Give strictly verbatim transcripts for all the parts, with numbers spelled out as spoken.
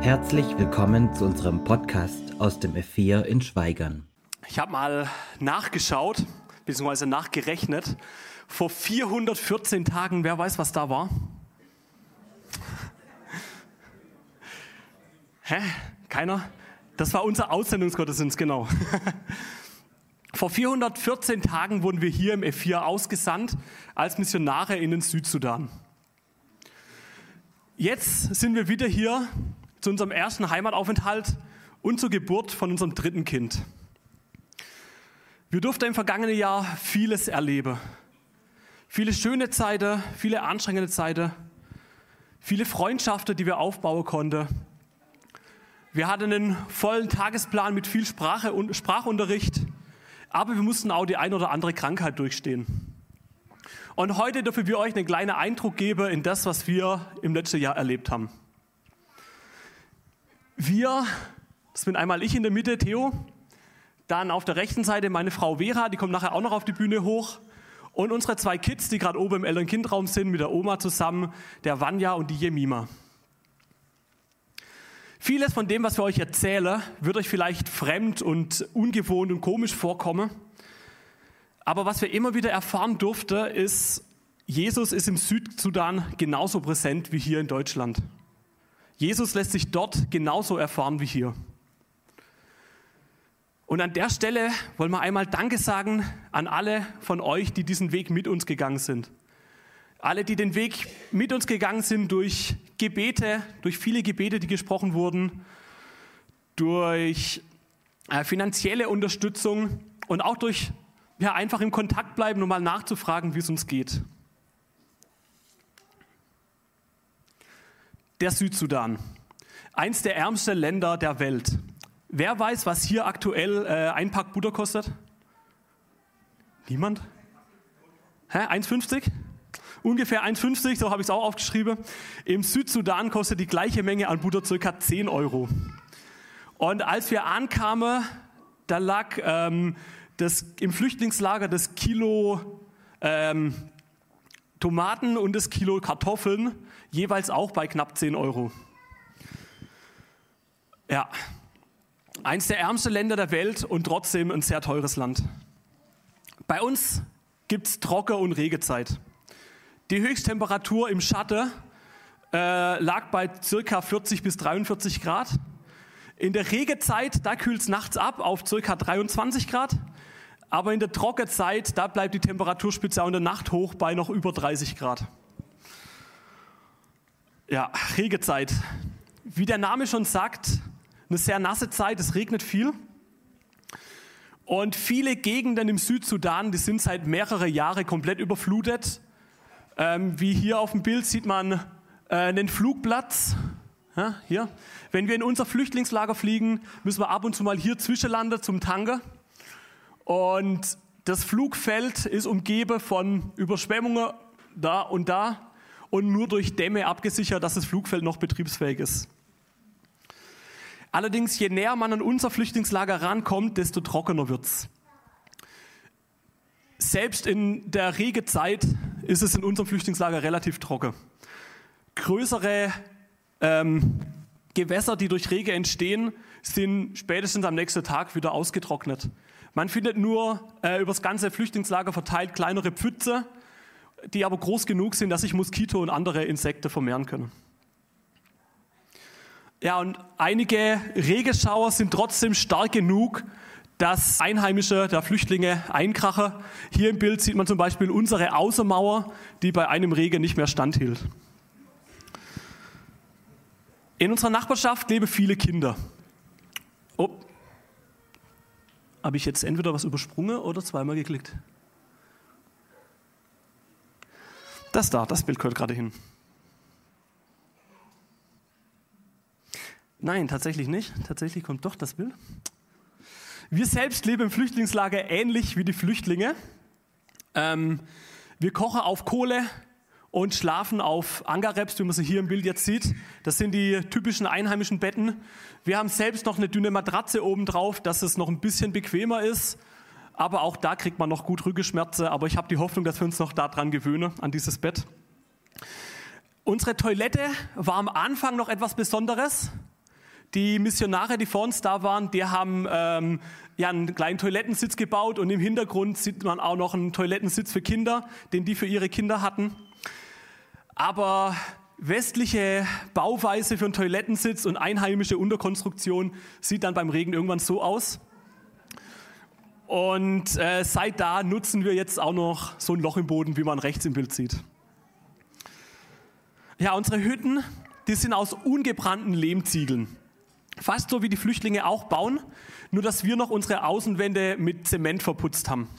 Herzlich willkommen zu unserem Podcast aus dem F vier in Schweigern. Ich habe mal nachgeschaut, beziehungsweise nachgerechnet. Vor vierhundertvierzehn Tagen, wer weiß, was da war? Hä? Keiner? Das war unser Aussendungsgottesdienst, genau. Vor vierhundertvierzehn Tagen wurden wir hier im F vier ausgesandt als Missionare in den Südsudan. Jetzt sind wir wieder hier zu unserem ersten Heimataufenthalt und zur Geburt von unserem dritten Kind. Wir durften im vergangenen Jahr vieles erleben. Viele schöne Zeiten, viele anstrengende Zeiten, viele Freundschaften, die wir aufbauen konnten. Wir hatten einen vollen Tagesplan mit viel Sprache und Sprachunterricht, aber wir mussten auch die ein oder andere Krankheit durchstehen. Und heute dürfen wir euch einen kleinen Eindruck geben in das, was wir im letzten Jahr erlebt haben. Wir, das bin einmal ich in der Mitte, Theo, dann auf der rechten Seite meine Frau Vera, die kommt nachher auch noch auf die Bühne hoch, und unsere zwei Kids, die gerade oben im Eltern-Kind-Raum sind, mit der Oma zusammen, der Vanya und die Jemima. Vieles von dem, was wir euch erzählen, wird euch vielleicht fremd und ungewohnt und komisch vorkommen. Aber was wir immer wieder erfahren durften, ist, Jesus ist im Südsudan genauso präsent wie hier in Deutschland. Jesus lässt sich dort genauso erfahren wie hier. Und an der Stelle wollen wir einmal Danke sagen an alle von euch, die diesen Weg mit uns gegangen sind. Alle, die den Weg mit uns gegangen sind durch Gebete, durch viele Gebete, die gesprochen wurden, durch äh, finanzielle Unterstützung und auch durch ja, einfach im Kontakt bleiben, um mal nachzufragen, wie es uns geht. Der Südsudan, eins der ärmsten Länder der Welt. Wer weiß, was hier aktuell äh, ein Pack Butter kostet? Niemand? Hä, eins fünfzig? Ungefähr eins fünfzig, so habe ich es auch aufgeschrieben. Im Südsudan kostet die gleiche Menge an Butter ca. zehn Euro. Und als wir ankamen, da lag ähm, das, im Flüchtlingslager das Kilo ähm, Tomaten und das Kilo Kartoffeln jeweils auch bei knapp zehn Euro. Ja, eins der ärmsten Länder der Welt und trotzdem ein sehr teures Land. Bei uns gibt es Trocken- und Regenzeit. Die Höchsttemperatur im Schatten äh, lag bei ca. vierzig bis dreiundvierzig Grad. In der Regenzeit, da kühlt es nachts ab auf ca. dreiundzwanzig Grad. Aber in der Trockenzeit, da bleibt die Temperaturspitze auch in der Nacht hoch bei noch über dreißig Grad. Ja, Regenzeit. Wie der Name schon sagt, eine sehr nasse Zeit, es regnet viel. Und viele Gegenden im Südsudan, die sind seit mehreren Jahren komplett überflutet. Ähm, wie hier auf dem Bild sieht man äh, einen Flugplatz. Ja, hier. Wenn wir in unser Flüchtlingslager fliegen, müssen wir ab und zu mal hier zwischenlanden zum Tanken. Und das Flugfeld ist umgeben von Überschwemmungen da und da und nur durch Dämme abgesichert, dass das Flugfeld noch betriebsfähig ist. Allerdings, je näher man an unser Flüchtlingslager rankommt, desto trockener wird es. Selbst in der Regenzeit ist es in unserem Flüchtlingslager relativ trocken. Größere ähm, Gewässer, die durch Regen entstehen, sind spätestens am nächsten Tag wieder ausgetrocknet. Man findet nur äh, über das ganze Flüchtlingslager verteilt kleinere Pfütze, die aber groß genug sind, dass sich Moskito und andere Insekten vermehren können. Ja, und einige Regenschauer sind trotzdem stark genug, dass Einheimische der Flüchtlinge einkrachen. Hier im Bild sieht man zum Beispiel unsere Außenmauer, die bei einem Regen nicht mehr standhielt. In unserer Nachbarschaft leben viele Kinder. Oh, habe ich jetzt entweder was übersprungen oder zweimal geklickt? Das da, das Bild gehört gerade hin. Nein, tatsächlich nicht. Tatsächlich kommt doch das Bild. Wir selbst leben im Flüchtlingslager ähnlich wie die Flüchtlinge. Ähm, wir kochen auf Kohle und schlafen auf Angareps, wie man sie hier im Bild jetzt sieht. Das sind die typischen einheimischen Betten. Wir haben selbst noch eine dünne Matratze oben drauf, dass es noch ein bisschen bequemer ist. Aber auch da kriegt man noch gut Rückenschmerzen. Aber ich habe die Hoffnung, dass wir uns noch daran gewöhnen, an dieses Bett. Unsere Toilette war am Anfang noch etwas Besonderes. Die Missionare, die vor uns da waren, die haben ähm, ja, einen kleinen Toilettensitz gebaut und im Hintergrund sieht man auch noch einen Toilettensitz für Kinder, den die für ihre Kinder hatten. Aber westliche Bauweise für einen Toilettensitz und einheimische Unterkonstruktion sieht dann beim Regen irgendwann so aus. Und äh, seit da nutzen wir jetzt auch noch so ein Loch im Boden, wie man rechts im Bild sieht. Ja, unsere Hütten, die sind aus ungebrannten Lehmziegeln. Fast so wie die Flüchtlinge auch bauen, nur dass wir noch unsere Außenwände mit Zement verputzt haben.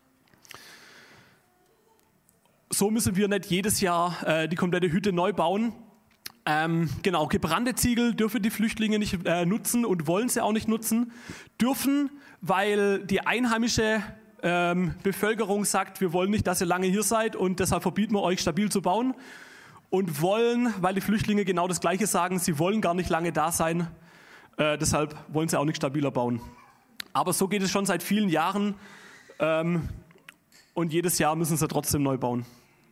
So müssen wir nicht jedes Jahr äh, die komplette Hütte neu bauen. Ähm, genau, gebrannte Ziegel dürfen die Flüchtlinge nicht äh, nutzen und wollen sie auch nicht nutzen. Dürfen, weil die einheimische ähm, Bevölkerung sagt, wir wollen nicht, dass ihr lange hier seid und deshalb verbieten wir euch, stabil zu bauen. Und wollen, weil die Flüchtlinge genau das Gleiche sagen, sie wollen gar nicht lange da sein. Äh, deshalb wollen sie auch nicht stabiler bauen. Aber so geht es schon seit vielen Jahren ähm, und jedes Jahr müssen sie trotzdem neu bauen.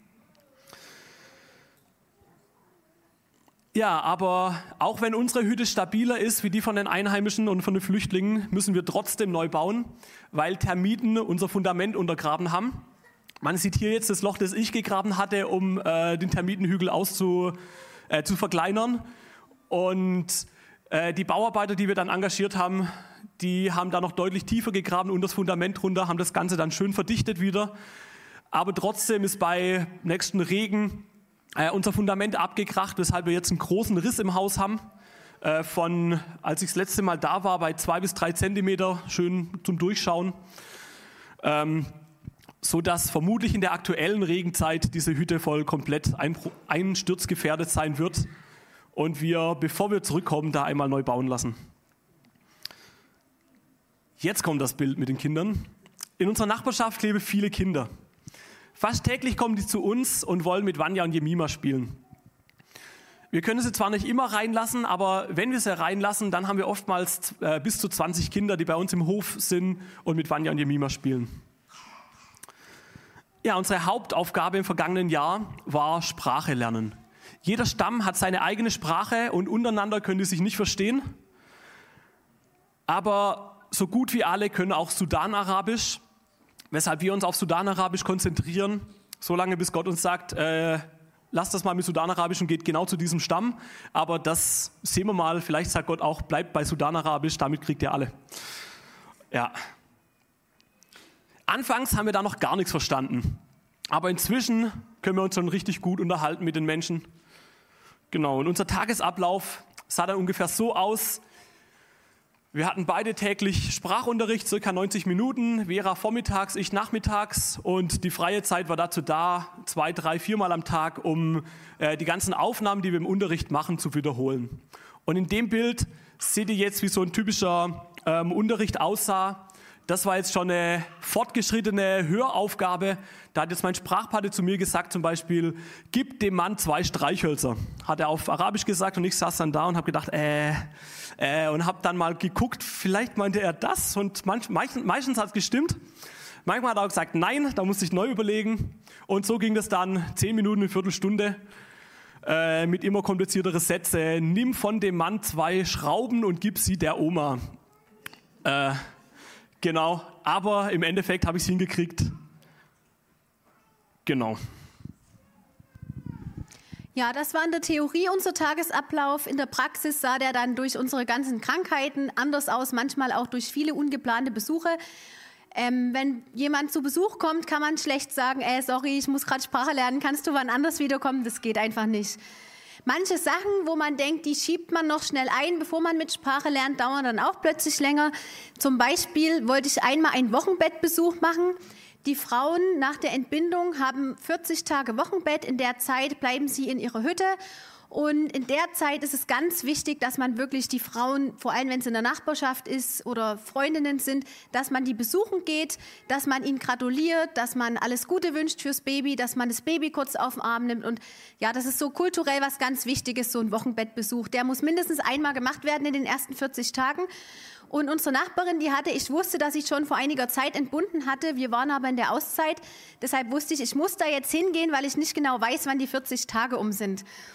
Ja, aber auch wenn unsere Hütte stabiler ist wie die von den Einheimischen und von den Flüchtlingen, müssen wir trotzdem neu bauen, weil Termiten unser Fundament untergraben haben. Man sieht hier jetzt das Loch, das ich gegraben hatte, um äh, den Termitenhügel auszu, äh, zu verkleinern. Und äh, die Bauarbeiter, die wir dann engagiert haben, die haben da noch deutlich tiefer gegraben und das Fundament runter, haben das Ganze dann schön verdichtet wieder. Aber trotzdem ist bei nächsten Regen äh, unser Fundament abgekracht, weshalb wir jetzt einen großen Riss im Haus haben. Äh, von, als ich das letzte Mal da war, bei zwei bis drei Zentimeter, schön zum Durchschauen. Ähm, so dass vermutlich in der aktuellen Regenzeit diese Hütte voll komplett einsturzgefährdet sein wird und wir, bevor wir zurückkommen, da einmal neu bauen lassen. Jetzt kommt das Bild mit den Kindern. In unserer Nachbarschaft leben viele Kinder. Fast täglich kommen die zu uns und wollen mit Vanja und Jemima spielen. Wir können sie zwar nicht immer reinlassen, aber wenn wir sie reinlassen, dann haben wir oftmals äh, bis zu zwanzig Kinder, die bei uns im Hof sind und mit Vanja und Jemima spielen. Ja, unsere Hauptaufgabe im vergangenen Jahr war Sprache lernen. Jeder Stamm hat seine eigene Sprache und untereinander können die sich nicht verstehen. Aber so gut wie alle können auch Sudanarabisch, weshalb wir uns auf Sudanarabisch konzentrieren, solange bis Gott uns sagt, äh, lasst das mal mit Sudanarabisch und geht genau zu diesem Stamm. Aber das sehen wir mal, vielleicht sagt Gott auch, bleibt bei Sudanarabisch, damit kriegt ihr alle. Ja. Anfangs haben wir da noch gar nichts verstanden, aber inzwischen können wir uns schon richtig gut unterhalten mit den Menschen. Genau, und unser Tagesablauf sah dann ungefähr so aus. Wir hatten beide täglich Sprachunterricht, circa neunzig Minuten, Vera vormittags, ich nachmittags und die freie Zeit war dazu da, zwei, drei, viermal am Tag, um äh, die ganzen Aufnahmen, die wir im Unterricht machen, zu wiederholen. Und in dem Bild seht ihr jetzt, wie so ein typischer ähm, Unterricht aussah. Das war jetzt schon eine fortgeschrittene Höraufgabe. Da hat jetzt mein Sprachpate zu mir gesagt, zum Beispiel, gib dem Mann zwei Streichhölzer. Hat er auf Arabisch gesagt und ich saß dann da und habe gedacht, äh, äh, und habe dann mal geguckt, vielleicht meinte er das und manch, meistens, meistens hat es gestimmt. Manchmal hat er auch gesagt, nein, da musste ich neu überlegen. Und so ging das dann zehn Minuten, eine Viertelstunde äh, mit immer kompliziertere Sätze. Nimm von dem Mann zwei Schrauben und gib sie der Oma. Äh, Genau, aber im Endeffekt habe ich es hingekriegt. Genau. Ja, das war in der Theorie unser Tagesablauf. In der Praxis sah der dann durch unsere ganzen Krankheiten anders aus, manchmal auch durch viele ungeplante Besuche. Ähm, wenn jemand zu Besuch kommt, kann man schlecht sagen, äh, sorry, ich muss gerade Sprache lernen, kannst du wann anders wiederkommen? Das geht einfach nicht. Manche Sachen, wo man denkt, die schiebt man noch schnell ein, bevor man mit Sprache lernt, dauern dann auch plötzlich länger. Zum Beispiel wollte ich einmal einen Wochenbettbesuch machen. Die Frauen nach der Entbindung haben vierzig Tage Wochenbett. In der Zeit bleiben sie in ihrer Hütte. Und in der Zeit ist es ganz wichtig, dass man wirklich die Frauen, vor allem wenn es in der Nachbarschaft ist oder Freundinnen sind, dass man die besuchen geht, dass man ihnen gratuliert, dass man alles Gute wünscht fürs Baby, dass man das Baby kurz auf den Arm nimmt. Und ja, das ist so kulturell was ganz Wichtiges, so ein Wochenbettbesuch. Der muss mindestens einmal gemacht werden in den ersten vierzig Tagen. Und unsere Nachbarin, die hatte, ich wusste, dass ich schon vor einiger Zeit entbunden hatte. Wir waren aber in der Auszeit. Deshalb wusste ich, ich muss da jetzt hingehen, weil ich nicht genau weiß, wann die vierzig Tage um sind.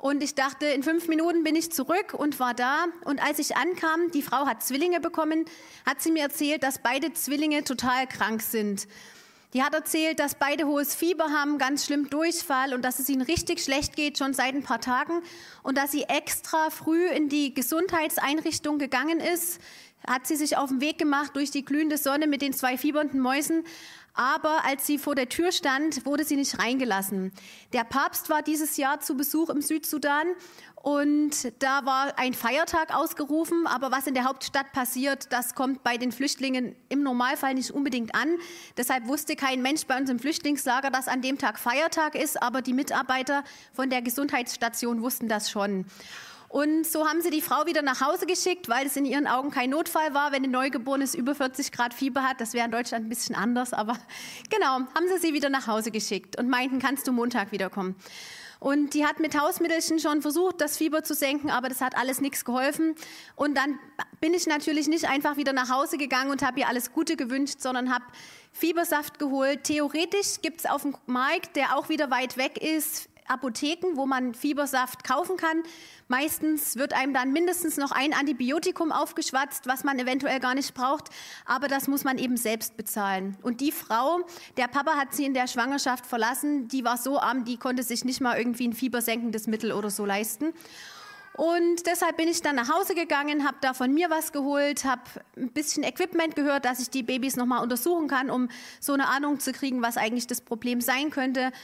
Und ich dachte, in fünf Minuten bin ich zurück und war da. Und als ich ankam, die Frau hat Zwillinge bekommen, hat sie mir erzählt, dass beide Zwillinge total krank sind. Die hat erzählt, dass beide hohes Fieber haben, ganz schlimm Durchfall und dass es ihnen richtig schlecht geht, schon seit ein paar Tagen. Und dass sie extra früh in die Gesundheitseinrichtung gegangen ist, hat sie sich auf den Weg gemacht durch die glühende Sonne mit den zwei fiebernden Mäusen. Aber als sie vor der Tür stand, wurde sie nicht reingelassen. Der Papst war dieses Jahr zu Besuch im Südsudan und da war ein Feiertag ausgerufen. Aber was in der Hauptstadt passiert, das kommt bei den Flüchtlingen im Normalfall nicht unbedingt an. Deshalb wusste kein Mensch bei uns im Flüchtlingslager, dass an dem Tag Feiertag ist. Aber die Mitarbeiter von der Gesundheitsstation wussten das schon. Und so haben sie die Frau wieder nach Hause geschickt, weil es in ihren Augen kein Notfall war, wenn ein Neugeborenes über vierzig Grad Fieber hat. Das wäre in Deutschland ein bisschen anders, aber genau, haben sie sie wieder nach Hause geschickt und meinten, kannst du Montag wiederkommen. Und die hat mit Hausmittelchen schon versucht, das Fieber zu senken, aber das hat alles nichts geholfen. Und dann bin ich natürlich nicht einfach wieder nach Hause gegangen und habe ihr alles Gute gewünscht, sondern habe Fiebersaft geholt. Theoretisch gibt es auf dem Markt, der auch wieder weit weg ist, Apotheken, wo man Fiebersaft kaufen kann. Meistens wird einem dann mindestens noch ein Antibiotikum aufgeschwatzt, was man eventuell gar nicht braucht, aber das muss man eben selbst bezahlen. Und die Frau, der Papa hat sie in der Schwangerschaft verlassen, die war so arm, die konnte sich nicht mal irgendwie ein fiebersenkendes Mittel oder so leisten. Und deshalb bin ich dann nach Hause gegangen, habe da von mir was geholt, habe ein bisschen Equipment gehört, dass ich die Babys nochmal untersuchen kann, um so eine Ahnung zu kriegen, was eigentlich das Problem sein könnte.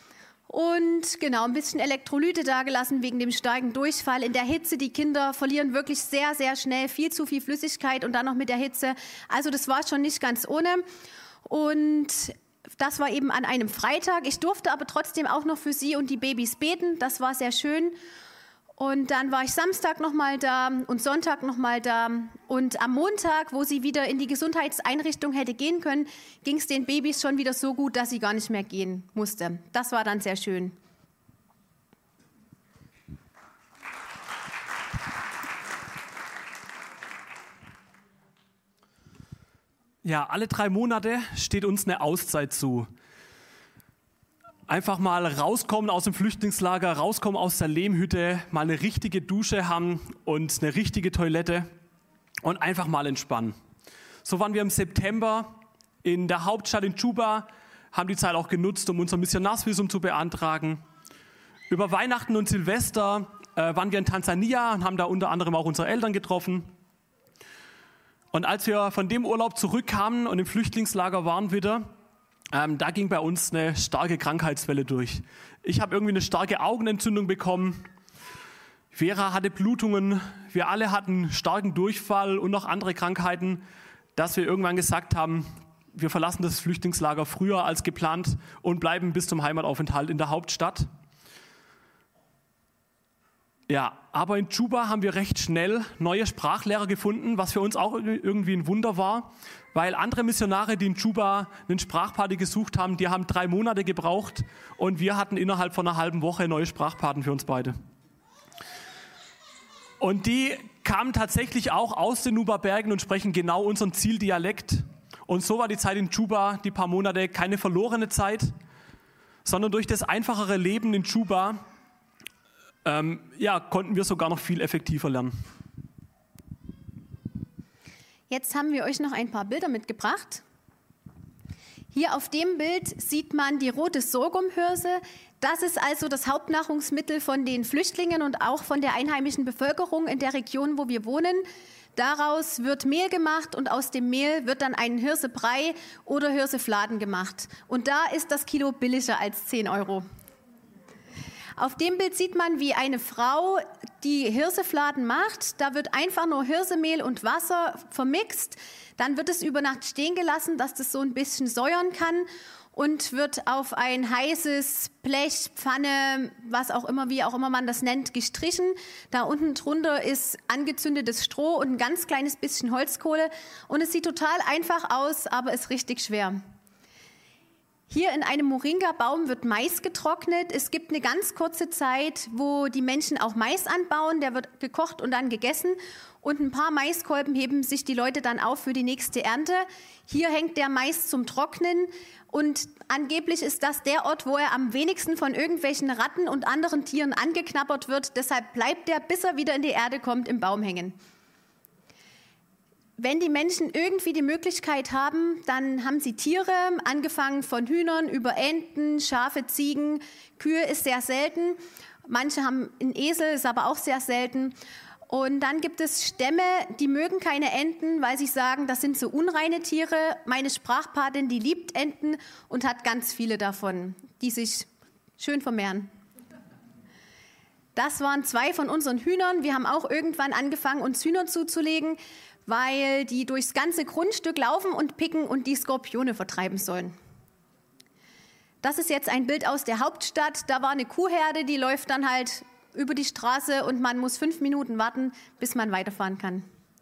Und genau, ein bisschen Elektrolyte dagelassen wegen dem starken Durchfall. In der Hitze, die Kinder verlieren wirklich sehr, sehr schnell viel zu viel Flüssigkeit und dann noch mit der Hitze. Also das war schon nicht ganz ohne. Und das war eben an einem Freitag. Ich durfte aber trotzdem auch noch für sie und die Babys beten. Das war sehr schön. Und dann war ich Samstag noch mal da und Sonntag noch mal da. Und am Montag, wo sie wieder in die Gesundheitseinrichtung hätte gehen können, ging es den Babys schon wieder so gut, dass sie gar nicht mehr gehen musste. Das war dann sehr schön. Ja, alle drei Monate steht uns eine Auszeit zu. Einfach mal rauskommen aus dem Flüchtlingslager, rauskommen aus der Lehmhütte, mal eine richtige Dusche haben und eine richtige Toilette und einfach mal entspannen. So waren wir im September in der Hauptstadt in Juba, haben die Zeit auch genutzt, um unser Missionarsvisum zu beantragen. Über Weihnachten und Silvester äh, waren wir in Tansania und haben da unter anderem auch unsere Eltern getroffen. Und als wir von dem Urlaub zurückkamen und im Flüchtlingslager waren wieder, Ähm, da ging bei uns eine starke Krankheitswelle durch. Ich habe irgendwie eine starke Augenentzündung bekommen. Vera hatte Blutungen. Wir alle hatten starken Durchfall und noch andere Krankheiten, dass wir irgendwann gesagt haben, wir verlassen das Flüchtlingslager früher als geplant und bleiben bis zum Heimataufenthalt in der Hauptstadt. Ja, aber in Juba haben wir recht schnell neue Sprachlehrer gefunden, was für uns auch irgendwie ein Wunder war, weil andere Missionare, die in Juba einen Sprachpaten gesucht haben, die haben drei Monate gebraucht und wir hatten innerhalb von einer halben Woche neue Sprachpaten für uns beide. Und die kamen tatsächlich auch aus den Nuba-Bergen und sprechen genau unseren Zieldialekt. Und so war die Zeit in Juba, die paar Monate, keine verlorene Zeit, sondern durch das einfachere Leben in Juba Ähm, ja, konnten wir sogar noch viel effektiver lernen. Jetzt haben wir euch noch ein paar Bilder mitgebracht. Hier auf dem Bild sieht man die rote Sorghumhirse. Das ist also das Hauptnahrungsmittel von den Flüchtlingen und auch von der einheimischen Bevölkerung in der Region, wo wir wohnen. Daraus wird Mehl gemacht und aus dem Mehl wird dann ein Hirsebrei oder Hirsefladen gemacht. Und da ist das Kilo billiger als zehn Euro. Auf dem Bild sieht man, wie eine Frau die Hirsefladen macht. Da wird einfach nur Hirsemehl und Wasser vermixt. Dann wird es über Nacht stehen gelassen, dass das so ein bisschen säuern kann und wird auf ein heißes Blech, Pfanne, was auch immer, wie auch immer man das nennt, gestrichen. Da unten drunter ist angezündetes Stroh und ein ganz kleines bisschen Holzkohle. Und es sieht total einfach aus, aber ist richtig schwer. Hier in einem Moringa-Baum wird Mais getrocknet. Es gibt eine ganz kurze Zeit, wo die Menschen auch Mais anbauen. Der wird gekocht und dann gegessen. Und ein paar Maiskolben heben sich die Leute dann auf für die nächste Ernte. Hier hängt der Mais zum Trocknen. Und angeblich ist das der Ort, wo er am wenigsten von irgendwelchen Ratten und anderen Tieren angeknabbert wird. Deshalb bleibt er, bis er wieder in die Erde kommt, im Baum hängen. Wenn die Menschen irgendwie die Möglichkeit haben, dann haben sie Tiere, angefangen von Hühnern über Enten, Schafe, Ziegen, Kühe ist sehr selten. Manche haben einen Esel, ist aber auch sehr selten. Und dann gibt es Stämme, die mögen keine Enten, weil sie sagen, das sind so unreine Tiere. Meine Sprachpatin, die liebt Enten und hat ganz viele davon, die sich schön vermehren. Das waren zwei von unseren Hühnern. Wir haben auch irgendwann angefangen, uns Hühner zuzulegen, weil die durchs ganze Grundstück laufen und picken und die Skorpione vertreiben sollen. Das ist jetzt ein Bild aus der Hauptstadt. Da war eine Kuhherde, die läuft dann halt über die Straße und man muss fünf Minuten warten, bis man weiterfahren kann.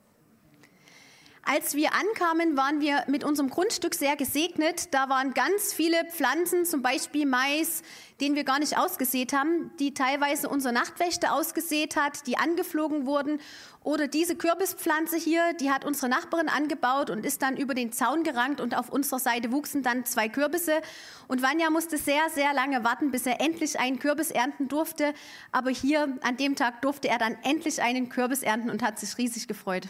Als wir ankamen, waren wir mit unserem Grundstück sehr gesegnet. Da waren ganz viele Pflanzen, zum Beispiel Mais, den wir gar nicht ausgesät haben, die teilweise unser Nachtwächter ausgesät hat, die angeflogen wurden. Oder diese Kürbispflanze hier, die hat unsere Nachbarin angebaut und ist dann über den Zaun gerankt und auf unserer Seite wuchsen dann zwei Kürbisse. Und Vanja musste sehr, sehr lange warten, bis er endlich einen Kürbis ernten durfte. Aber hier an dem Tag durfte er dann endlich einen Kürbis ernten und hat sich riesig gefreut.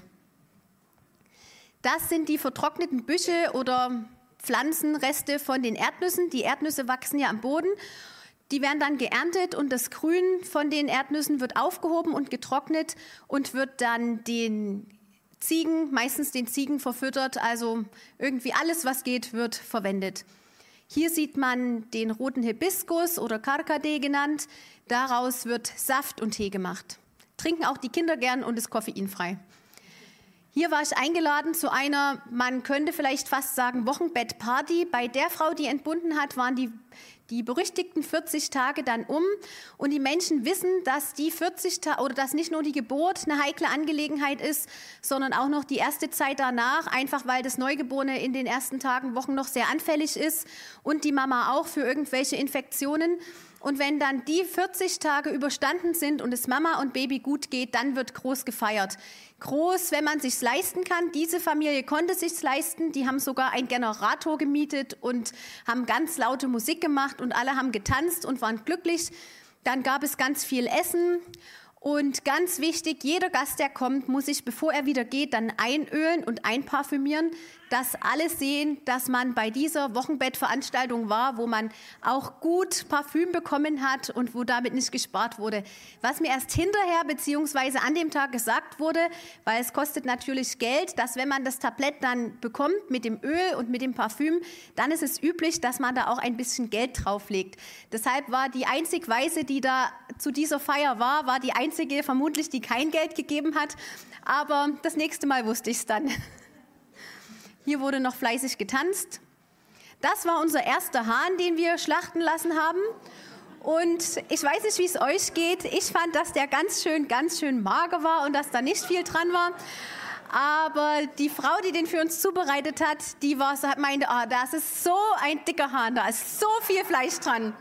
Das sind die vertrockneten Büsche oder Pflanzenreste von den Erdnüssen. Die Erdnüsse wachsen ja am Boden. Die werden dann geerntet und das Grün von den Erdnüssen wird aufgehoben und getrocknet und wird dann den Ziegen, meistens den Ziegen verfüttert. Also irgendwie alles, was geht, wird verwendet. Hier sieht man den roten Hibiskus oder Karkade genannt. Daraus wird Saft und Tee gemacht. Trinken auch die Kinder gern und ist koffeinfrei. Hier war ich eingeladen zu einer, man könnte vielleicht fast sagen, Wochenbettparty. Bei der Frau, die entbunden hat, waren die, die berüchtigten vierzig Tage dann um. Und die Menschen wissen, dass die vierzig Tage oder dass nicht nur die Geburt eine heikle Angelegenheit ist, sondern auch noch die erste Zeit danach, einfach weil das Neugeborene in den ersten Tagen, Wochen noch sehr anfällig ist und die Mama auch für irgendwelche Infektionen. Und wenn dann die vierzig Tage überstanden sind und es Mama und Baby gut geht, dann wird groß gefeiert. Groß, wenn man sich's leisten kann. Diese Familie konnte sich's leisten. Die haben sogar einen Generator gemietet und haben ganz laute Musik gemacht und alle haben getanzt und waren glücklich. Dann gab es ganz viel Essen. Und ganz wichtig, jeder Gast, der kommt, muss sich, bevor er wieder geht, dann einölen und einparfümieren, dass alle sehen, dass man bei dieser Wochenbettveranstaltung war, wo man auch gut Parfüm bekommen hat und wo damit nicht gespart wurde. Was mir erst hinterher beziehungsweise an dem Tag gesagt wurde, weil es kostet natürlich Geld, dass wenn man das Tablett dann bekommt mit dem Öl und mit dem Parfüm, dann ist es üblich, dass man da auch ein bisschen Geld drauflegt. Deshalb war die einzig Weiße, die da zu dieser Feier war, war die einzige vermutlich, die kein Geld gegeben hat. Aber das nächste Mal wusste ich es dann. Hier wurde noch fleißig getanzt. Das war unser erster Hahn, den wir schlachten lassen haben. Und ich weiß nicht, wie es euch geht. Ich fand, dass der ganz schön, ganz schön mager war und dass da nicht viel dran war. Aber die Frau, die den für uns zubereitet hat, die war, meinte, oh, das ist so ein dicker Hahn, da ist so viel Fleisch dran.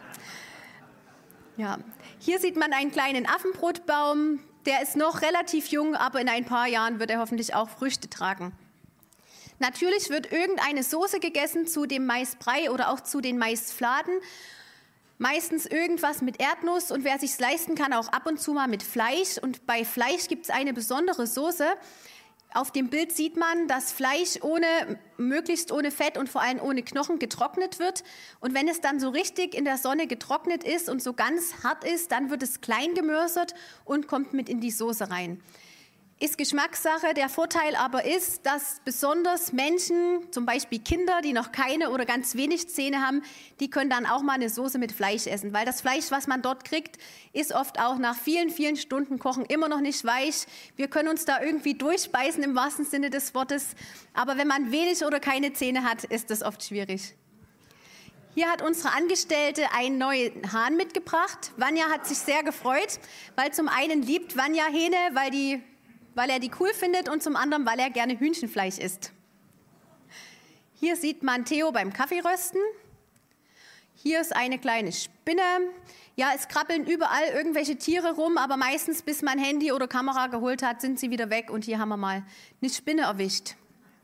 Ja, hier sieht man einen kleinen Affenbrotbaum. Der ist noch relativ jung, aber in ein paar Jahren wird er hoffentlich auch Früchte tragen. Natürlich wird irgendeine Soße gegessen zu dem Maisbrei oder auch zu den Maisfladen. Meistens irgendwas mit Erdnuss und wer sich's leisten kann, auch ab und zu mal mit Fleisch. Und bei Fleisch gibt es eine besondere Soße. Auf dem Bild sieht man, dass Fleisch ohne, möglichst ohne Fett und vor allem ohne Knochen getrocknet wird. Und wenn es dann so richtig in der Sonne getrocknet ist und so ganz hart ist, dann wird es klein gemörsert und kommt mit in die Soße rein. Ist Geschmackssache. Der Vorteil aber ist, dass besonders Menschen, zum Beispiel Kinder, die noch keine oder ganz wenig Zähne haben, die können dann auch mal eine Soße mit Fleisch essen. Weil das Fleisch, was man dort kriegt, ist oft auch nach vielen, vielen Stunden Kochen immer noch nicht weich. Wir können uns da irgendwie durchbeißen im wahrsten Sinne des Wortes. Aber wenn man wenig oder keine Zähne hat, ist das oft schwierig. Hier hat unsere Angestellte einen neuen Hahn mitgebracht. Vanja hat sich sehr gefreut, weil zum einen liebt Vanja Hähne, weil die weil er die cool findet und zum anderen, weil er gerne Hühnchenfleisch isst. Hier sieht man Theo beim Kaffeerösten Hier ist eine kleine Spinne. Ja, es krabbeln überall irgendwelche Tiere rum, aber meistens, bis man Handy oder Kamera geholt hat, sind sie wieder weg. Und hier haben wir mal eine Spinne erwischt.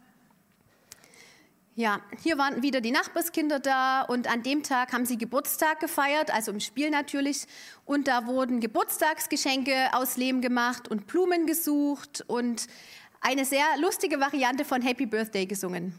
Ja, hier waren wieder die Nachbarskinder da und an dem Tag haben sie Geburtstag gefeiert, also im Spiel natürlich. Und da wurden Geburtstagsgeschenke aus Lehm gemacht und Blumen gesucht und eine sehr lustige Variante von Happy Birthday gesungen.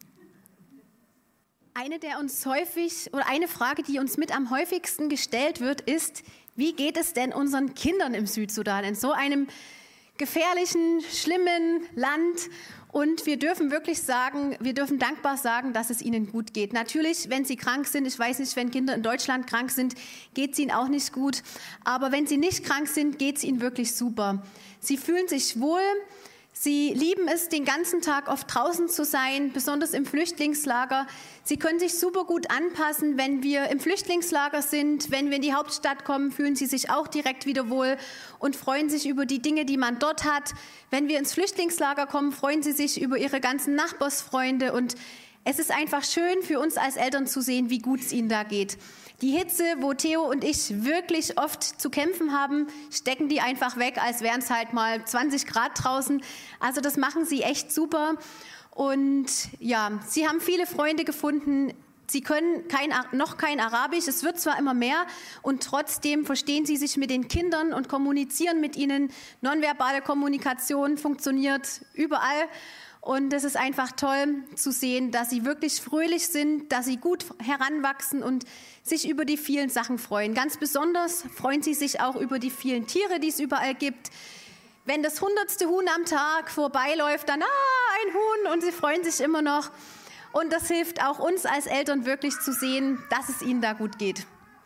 Eine der uns häufig oder eine Frage, die uns mit am häufigsten gestellt wird, ist: Wie geht es denn unseren Kindern im Südsudan in so einem gefährlichen, schlimmen Land? Und wir dürfen wirklich sagen, wir dürfen dankbar sagen, dass es ihnen gut geht. Natürlich, wenn sie krank sind, ich weiß nicht, wenn Kinder in Deutschland krank sind, geht es ihnen auch nicht gut. Aber wenn sie nicht krank sind, geht es ihnen wirklich super. Sie fühlen sich wohl. Sie lieben es, den ganzen Tag oft draußen zu sein, besonders im Flüchtlingslager. Sie können sich super gut anpassen, wenn wir im Flüchtlingslager sind. Wenn wir in die Hauptstadt kommen, fühlen sie sich auch direkt wieder wohl und freuen sich über die Dinge, die man dort hat. Wenn wir ins Flüchtlingslager kommen, freuen sie sich über ihre ganzen Nachbarsfreunde. Und es ist einfach schön für uns als Eltern zu sehen, wie gut es ihnen da geht. Die Hitze, wo Theo und ich wirklich oft zu kämpfen haben, stecken die einfach weg, als wären es halt mal zwanzig Grad draußen. Also das machen sie echt super. Und ja, sie haben viele Freunde gefunden. Sie können kein, noch kein Arabisch, es wird zwar immer mehr und trotzdem verstehen sie sich mit den Kindern und kommunizieren mit ihnen. Nonverbale Kommunikation funktioniert überall. Und es ist einfach toll zu sehen, dass sie wirklich fröhlich sind, dass sie gut heranwachsen und sich über die vielen Sachen freuen. Ganz besonders freuen sie sich auch über die vielen Tiere, die es überall gibt. Wenn das hundertste Huhn am Tag vorbeiläuft, dann, ah, ein Huhn, und sie freuen sich immer noch. Und das hilft auch uns als Eltern wirklich zu sehen, dass es ihnen da gut geht.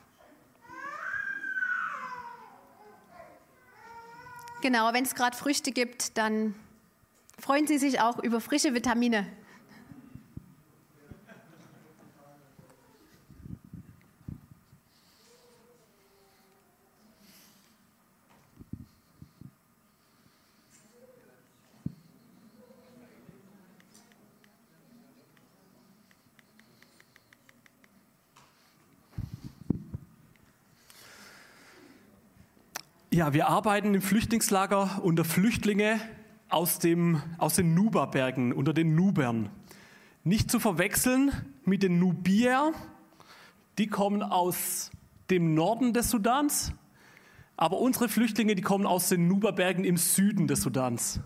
Genau, wenn es gerade Früchte gibt, dann freuen sie sich auch über frische Vitamine. Ja, wir arbeiten im Flüchtlingslager unter Flüchtlinge aus, dem, aus den Nuba-Bergen, unter den Nubern. Nicht zu verwechseln mit den Nubier, die kommen aus dem Norden des Sudans, aber unsere Flüchtlinge, die kommen aus den Nuba-Bergen im Süden des Sudans.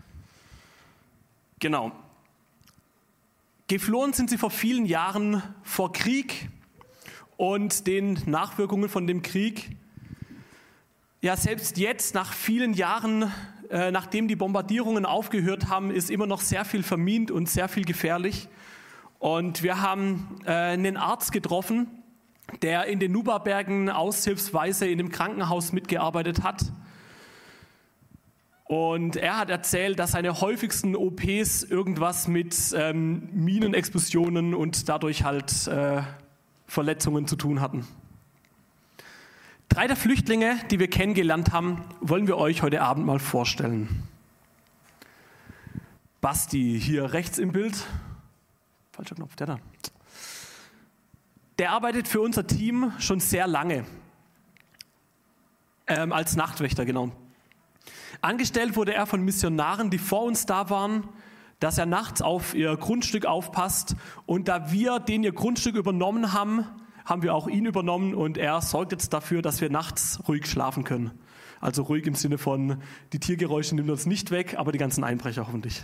Genau. Geflohen sind sie vor vielen Jahren vor Krieg und den Nachwirkungen von dem Krieg. Ja, selbst jetzt, nach vielen Jahren, äh, nachdem die Bombardierungen aufgehört haben, ist immer noch sehr viel vermint und sehr viel gefährlich. Und wir haben äh, einen Arzt getroffen, der in den Nuba-Bergen aushilfsweise in dem Krankenhaus mitgearbeitet hat. Und er hat erzählt, dass seine häufigsten O Ps irgendwas mit ähm, Minenexplosionen und dadurch halt äh, Verletzungen zu tun hatten. Drei der Flüchtlinge, die wir kennengelernt haben, wollen wir euch heute Abend mal vorstellen. Basti, hier rechts im Bild. Falscher Knopf, der da. Der arbeitet für unser Team schon sehr lange. Ähm, als Nachtwächter, genau. Angestellt wurde er von Missionaren, die vor uns da waren, dass er nachts auf ihr Grundstück aufpasst. Und da wir den ihr Grundstück übernommen haben, haben wir auch ihn übernommen und er sorgt jetzt dafür, dass wir nachts ruhig schlafen können. Also ruhig im Sinne von, die Tiergeräusche nimmt uns nicht weg, aber die ganzen Einbrecher hoffentlich.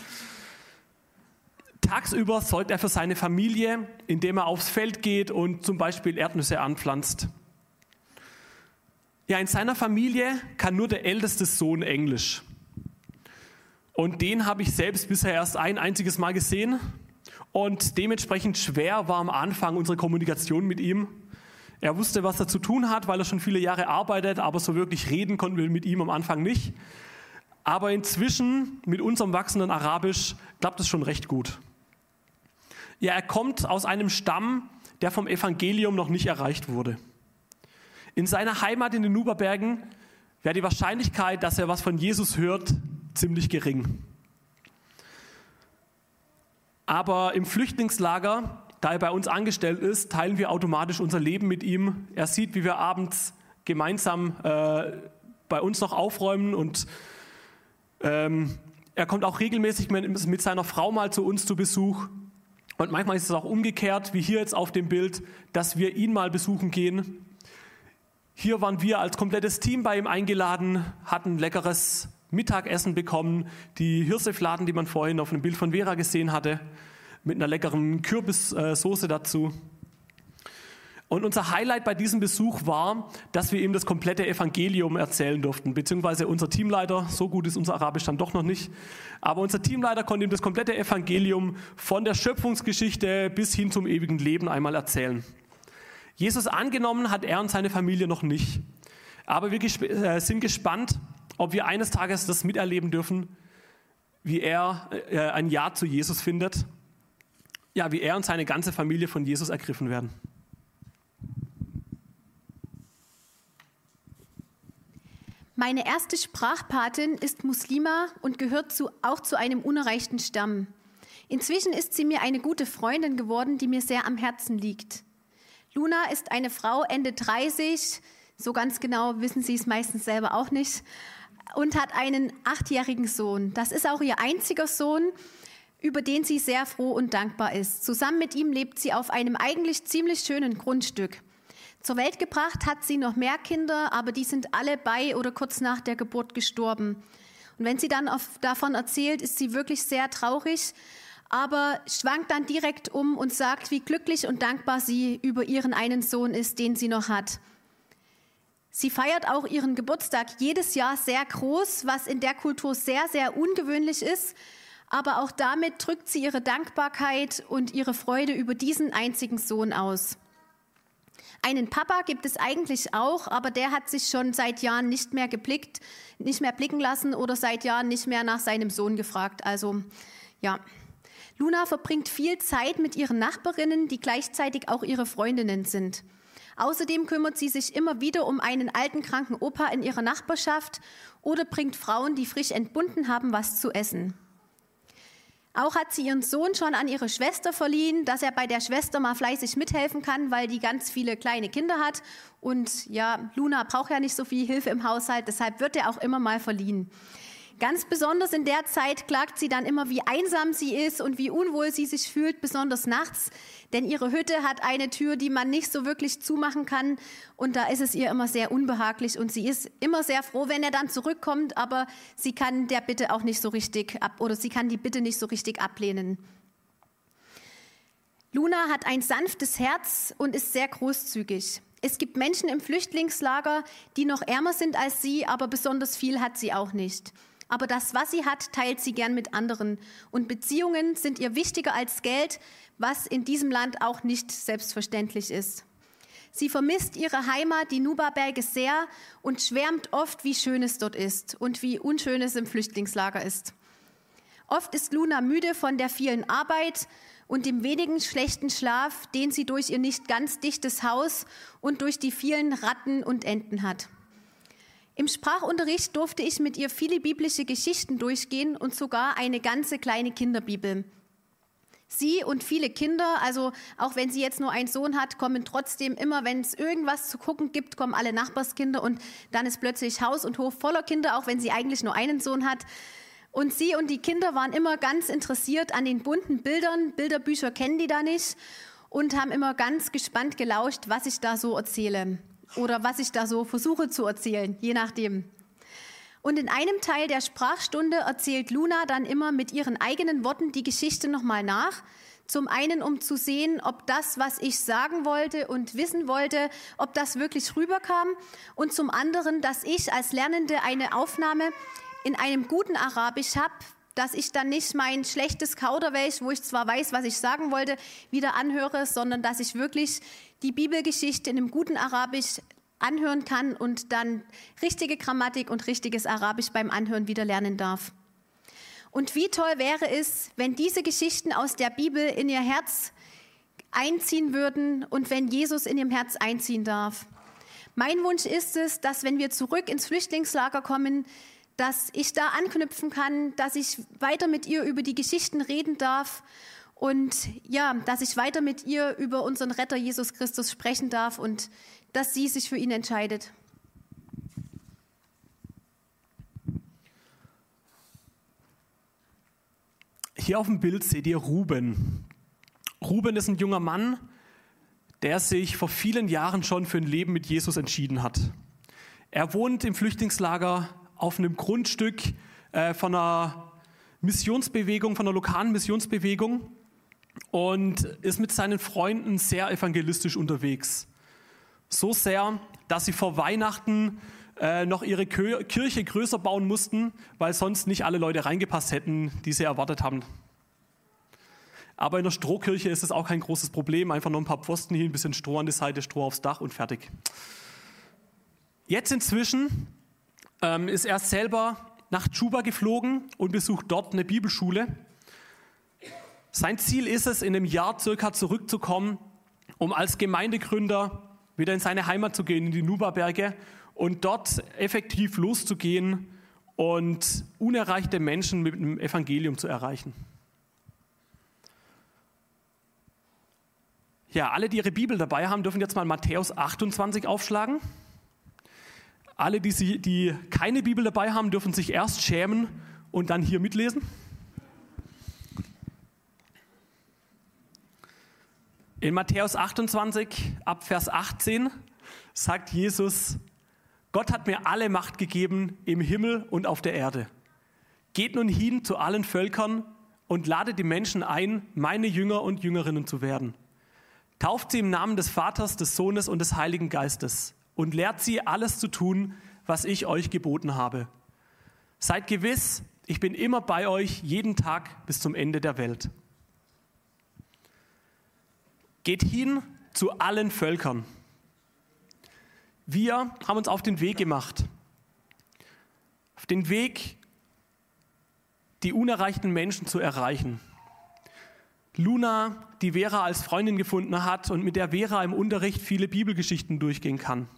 Tagsüber sorgt er für seine Familie, indem er aufs Feld geht und zum Beispiel Erdnüsse anpflanzt. Ja, in seiner Familie kann nur der älteste Sohn Englisch. Und den habe ich selbst bisher erst ein einziges Mal gesehen. Und dementsprechend schwer war am Anfang unsere Kommunikation mit ihm. Er wusste, was er zu tun hat, weil er schon viele Jahre arbeitet, aber so wirklich reden konnten wir mit ihm am Anfang nicht. Aber inzwischen, mit unserem wachsenden Arabisch, klappt es schon recht gut. Ja, er kommt aus einem Stamm, der vom Evangelium noch nicht erreicht wurde. In seiner Heimat in den Nuba-Bergen wäre die Wahrscheinlichkeit, dass er was von Jesus hört, ziemlich gering. Aber im Flüchtlingslager da er bei uns angestellt ist, teilen wir automatisch unser Leben mit ihm. Er sieht, wie wir abends gemeinsam äh, bei uns noch aufräumen und ähm, er kommt auch regelmäßig mit, mit seiner Frau mal zu uns zu Besuch. Und manchmal ist es auch umgekehrt, wie hier jetzt auf dem Bild, dass wir ihn mal besuchen gehen. Hier waren wir als komplettes Team bei ihm eingeladen, hatten leckeres Mittagessen bekommen, die Hirsefladen, die man vorhin auf einem Bild von Vera gesehen hatte, mit einer leckeren Kürbissoße dazu. Und unser Highlight bei diesem Besuch war, dass wir ihm das komplette Evangelium erzählen durften, beziehungsweise unser Teamleiter, so gut ist unser Arabisch dann doch noch nicht, aber unser Teamleiter konnte ihm das komplette Evangelium von der Schöpfungsgeschichte bis hin zum ewigen Leben einmal erzählen. Jesus angenommen hat er und seine Familie noch nicht, aber wir gesp- äh, sind gespannt, ob wir eines Tages das miterleben dürfen, wie er äh, ein Ja zu Jesus findet, ja, wie er und seine ganze Familie von Jesus ergriffen werden. Meine erste Sprachpatin ist Muslima und gehört zu, auch zu einem unerreichten Stamm. Inzwischen ist sie mir eine gute Freundin geworden, die mir sehr am Herzen liegt. Luna ist eine Frau Ende dreißig, so ganz genau wissen sie es meistens selber auch nicht, und hat einen achtjährigen Sohn. Das ist auch ihr einziger Sohn, über den sie sehr froh und dankbar ist. Zusammen mit ihm lebt sie auf einem eigentlich ziemlich schönen Grundstück. Zur Welt gebracht hat sie noch mehr Kinder, aber die sind alle bei oder kurz nach der Geburt gestorben. Und wenn sie dann auf, davon erzählt, ist sie wirklich sehr traurig, aber schwankt dann direkt um und sagt, wie glücklich und dankbar sie über ihren einen Sohn ist, den sie noch hat. Sie feiert auch ihren Geburtstag jedes Jahr sehr groß, was in der Kultur sehr, sehr ungewöhnlich ist. Aber auch damit drückt sie ihre Dankbarkeit und ihre Freude über diesen einzigen Sohn aus. Einen Papa gibt es eigentlich auch, aber der hat sich schon seit Jahren nicht mehr geblickt, nicht mehr blicken lassen oder seit Jahren nicht mehr nach seinem Sohn gefragt. Also, ja. Luna verbringt viel Zeit mit ihren Nachbarinnen, die gleichzeitig auch ihre Freundinnen sind. Außerdem kümmert sie sich immer wieder um einen alten, kranken Opa in ihrer Nachbarschaft oder bringt Frauen, die frisch entbunden haben, was zu essen. Auch hat sie ihren Sohn schon an ihre Schwester verliehen, dass er bei der Schwester mal fleißig mithelfen kann, weil die ganz viele kleine Kinder hat. Und ja, Luna braucht ja nicht so viel Hilfe im Haushalt, deshalb wird er auch immer mal verliehen. Ganz besonders in der Zeit klagt sie dann immer, wie einsam sie ist und wie unwohl sie sich fühlt, besonders nachts. Denn ihre Hütte hat eine Tür, die man nicht so wirklich zumachen kann. Und da ist es ihr immer sehr unbehaglich. Und sie ist immer sehr froh, wenn er dann zurückkommt. Aber sie kann der Bitte auch nicht so richtig ab, oder sie kann die Bitte nicht so richtig ablehnen. Luna hat ein sanftes Herz und ist sehr großzügig. Es gibt Menschen im Flüchtlingslager, die noch ärmer sind als sie, aber besonders viel hat sie auch nicht. Aber das, was sie hat, teilt sie gern mit anderen. Und Beziehungen sind ihr wichtiger als Geld, was in diesem Land auch nicht selbstverständlich ist. Sie vermisst ihre Heimat, die Nuba-Berge, sehr und schwärmt oft, wie schön es dort ist und wie unschön es im Flüchtlingslager ist. Oft ist Luna müde von der vielen Arbeit und dem wenigen schlechten Schlaf, den sie durch ihr nicht ganz dichtes Haus und durch die vielen Ratten und Enten hat. Im Sprachunterricht durfte ich mit ihr viele biblische Geschichten durchgehen und sogar eine ganze kleine Kinderbibel. Sie und viele Kinder, also auch wenn sie jetzt nur einen Sohn hat, kommen trotzdem immer, wenn es irgendwas zu gucken gibt, kommen alle Nachbarskinder und dann ist plötzlich Haus und Hof voller Kinder, auch wenn sie eigentlich nur einen Sohn hat. Und sie und die Kinder waren immer ganz interessiert an den bunten Bildern. Bilderbücher kennen die da nicht und haben immer ganz gespannt gelauscht, was ich da so erzähle. Oder was ich da so versuche zu erzählen, je nachdem. Und in einem Teil der Sprachstunde erzählt Luna dann immer mit ihren eigenen Worten die Geschichte nochmal nach. Zum einen, um zu sehen, ob das, was ich sagen wollte und wissen wollte, ob das wirklich rüberkam. Und zum anderen, dass ich als Lernende eine Aufnahme in einem guten Arabisch habe, dass ich dann nicht mein schlechtes Kauderwelsch, wo ich zwar weiß, was ich sagen wollte, wieder anhöre, sondern dass ich wirklich die Bibelgeschichte in einem guten Arabisch anhören kann und dann richtige Grammatik und richtiges Arabisch beim Anhören wieder lernen darf. Und wie toll wäre es, wenn diese Geschichten aus der Bibel in ihr Herz einziehen würden und wenn Jesus in ihrem Herz einziehen darf. Mein Wunsch ist es, dass wenn wir zurück ins Flüchtlingslager kommen, dass ich da anknüpfen kann, dass ich weiter mit ihr über die Geschichten reden darf Und ja, dass ich weiter mit ihr über unseren Retter Jesus Christus sprechen darf und dass sie sich für ihn entscheidet. Hier auf dem Bild seht ihr Ruben. Ruben ist ein junger Mann, der sich vor vielen Jahren schon für ein Leben mit Jesus entschieden hat. Er wohnt im Flüchtlingslager auf einem Grundstück äh, von einer Missionsbewegung, von einer lokalen Missionsbewegung und ist mit seinen Freunden sehr evangelistisch unterwegs. So sehr, dass sie vor Weihnachten äh, noch ihre Kö- Kirche größer bauen mussten, weil sonst nicht alle Leute reingepasst hätten, die sie erwartet haben. Aber in der Strohkirche ist es auch kein großes Problem. Einfach nur ein paar Pfosten hin, ein bisschen Stroh an die Seite, Stroh aufs Dach und fertig. Jetzt inzwischen ähm, ist er selber nach Dschuba geflogen und besucht dort eine Bibelschule. Sein Ziel ist es, in einem Jahr circa zurückzukommen, um als Gemeindegründer wieder in seine Heimat zu gehen, in die Nuba-Berge und dort effektiv loszugehen und unerreichte Menschen mit dem Evangelium zu erreichen. Ja, alle, die ihre Bibel dabei haben, dürfen jetzt mal Matthäus achtundzwanzig aufschlagen. Alle, die, sie, die keine Bibel dabei haben, dürfen sich erst schämen und dann hier mitlesen. In Matthäus achtundzwanzig, ab Vers achtzehn, sagt Jesus: Gott hat mir alle Macht gegeben im Himmel und auf der Erde. Geht nun hin zu allen Völkern und ladet die Menschen ein, meine Jünger und Jüngerinnen zu werden. Tauft sie im Namen des Vaters, des Sohnes und des Heiligen Geistes und lehrt sie, alles zu tun, was ich euch geboten habe. Seid gewiss, ich bin immer bei euch, jeden Tag bis zum Ende der Welt. Geht hin zu allen Völkern. Wir haben uns auf den Weg gemacht. Auf den Weg, die unerreichten Menschen zu erreichen. Luna, die Vera als Freundin gefunden hat und mit der Vera im Unterricht viele Bibelgeschichten durchgehen kann.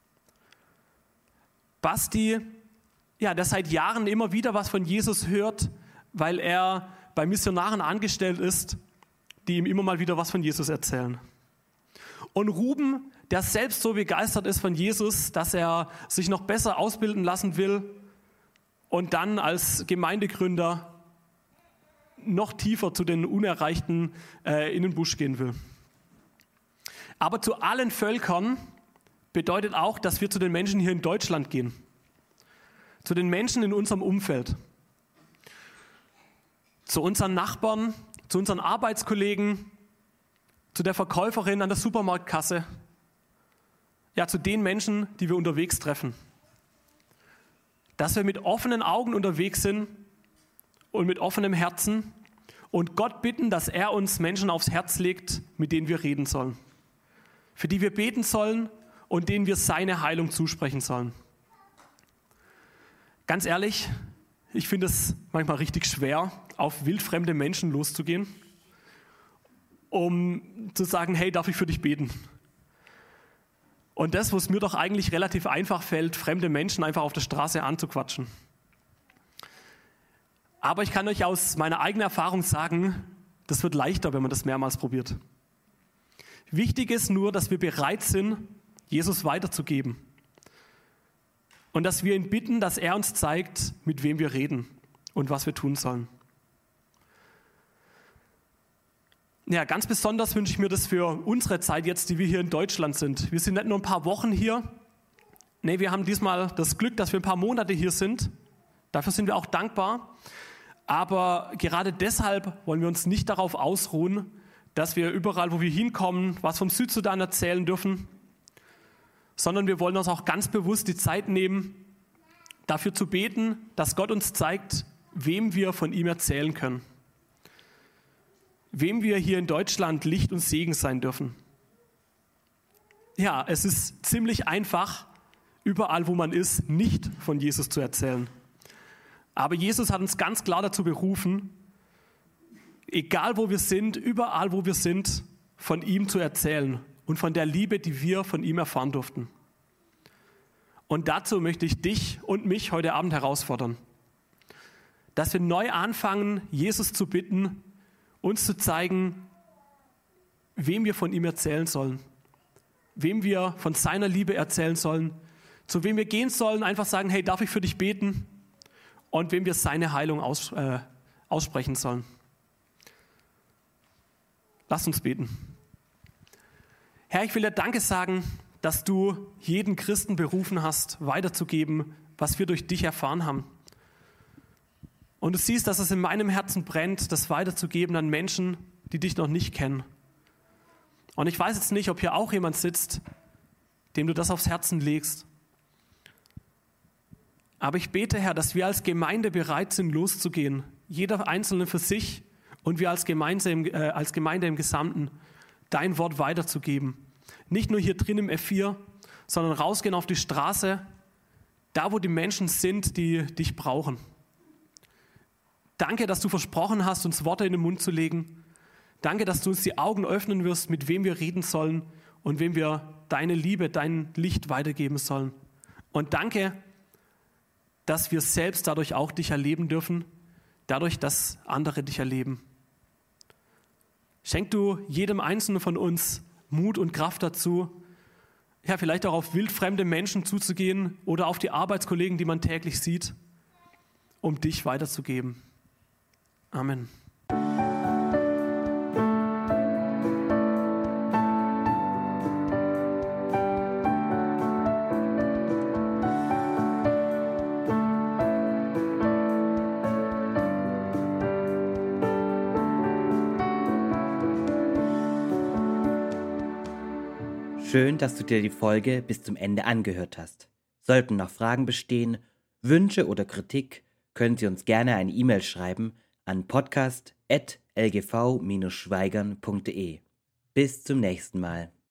Basti, ja, der seit Jahren immer wieder was von Jesus hört, weil er bei Missionaren angestellt ist, die ihm immer mal wieder was von Jesus erzählen. Und Ruben, der selbst so begeistert ist von Jesus, dass er sich noch besser ausbilden lassen will und dann als Gemeindegründer noch tiefer zu den Unerreichten äh, in den Busch gehen will. Aber zu allen Völkern bedeutet auch, dass wir zu den Menschen hier in Deutschland gehen. Zu den Menschen in unserem Umfeld. Zu unseren Nachbarn, zu unseren Arbeitskollegen, zu der Verkäuferin an der Supermarktkasse. Ja, zu den Menschen, die wir unterwegs treffen. Dass wir mit offenen Augen unterwegs sind und mit offenem Herzen und Gott bitten, dass er uns Menschen aufs Herz legt, mit denen wir reden sollen. Für die wir beten sollen und denen wir seine Heilung zusprechen sollen. Ganz ehrlich, ich finde es manchmal richtig schwer, auf wildfremde Menschen loszugehen, um zu sagen, hey, darf ich für dich beten? Und das, was mir doch eigentlich relativ einfach fällt, fremde Menschen einfach auf der Straße anzuquatschen. Aber ich kann euch aus meiner eigenen Erfahrung sagen, das wird leichter, wenn man das mehrmals probiert. Wichtig ist nur, dass wir bereit sind, Jesus weiterzugeben. Und dass wir ihn bitten, dass er uns zeigt, mit wem wir reden und was wir tun sollen. Ja, ganz besonders wünsche ich mir das für unsere Zeit jetzt, die wir hier in Deutschland sind. Wir sind nicht nur ein paar Wochen hier. Nee, wir haben diesmal das Glück, dass wir ein paar Monate hier sind. Dafür sind wir auch dankbar. Aber gerade deshalb wollen wir uns nicht darauf ausruhen, dass wir überall, wo wir hinkommen, was vom Südsudan erzählen dürfen, sondern wir wollen uns auch ganz bewusst die Zeit nehmen, dafür zu beten, dass Gott uns zeigt, wem wir von ihm erzählen können. Wem wir hier in Deutschland Licht und Segen sein dürfen. Ja, es ist ziemlich einfach, überall, wo man ist, nicht von Jesus zu erzählen. Aber Jesus hat uns ganz klar dazu berufen, egal wo wir sind, überall wo wir sind, von ihm zu erzählen und von der Liebe, die wir von ihm erfahren durften. Und dazu möchte ich dich und mich heute Abend herausfordern, dass wir neu anfangen, Jesus zu bitten, uns zu zeigen, wem wir von ihm erzählen sollen, wem wir von seiner Liebe erzählen sollen, zu wem wir gehen sollen, einfach sagen, hey, darf ich für dich beten? Und wem wir seine Heilung aus, äh, aussprechen sollen. Lasst uns beten. Herr, ich will dir Danke sagen, dass du jeden Christen berufen hast, weiterzugeben, was wir durch dich erfahren haben. Und du siehst, dass es in meinem Herzen brennt, das weiterzugeben an Menschen, die dich noch nicht kennen. Und ich weiß jetzt nicht, ob hier auch jemand sitzt, dem du das aufs Herzen legst. Aber ich bete, Herr, dass wir als Gemeinde bereit sind, loszugehen. Jeder Einzelne für sich und wir als Gemeinde im, äh, als Gemeinde im Gesamten dein Wort weiterzugeben. Nicht nur hier drin im F vier, sondern rausgehen auf die Straße, da wo die Menschen sind, die dich brauchen. Danke, dass du versprochen hast, uns Worte in den Mund zu legen. Danke, dass du uns die Augen öffnen wirst, mit wem wir reden sollen und wem wir deine Liebe, dein Licht weitergeben sollen. Und danke, dass wir selbst dadurch auch dich erleben dürfen, dadurch, dass andere dich erleben. Schenk du jedem Einzelnen von uns Mut und Kraft dazu, ja, vielleicht auch auf wildfremde Menschen zuzugehen oder auf die Arbeitskollegen, die man täglich sieht, um dich weiterzugeben. Amen. Schön, dass du dir die Folge bis zum Ende angehört hast. Sollten noch Fragen bestehen, Wünsche oder Kritik, können Sie uns gerne eine E-Mail schreiben an podcast at l g v dash schweigern punkt d e. Bis zum nächsten Mal.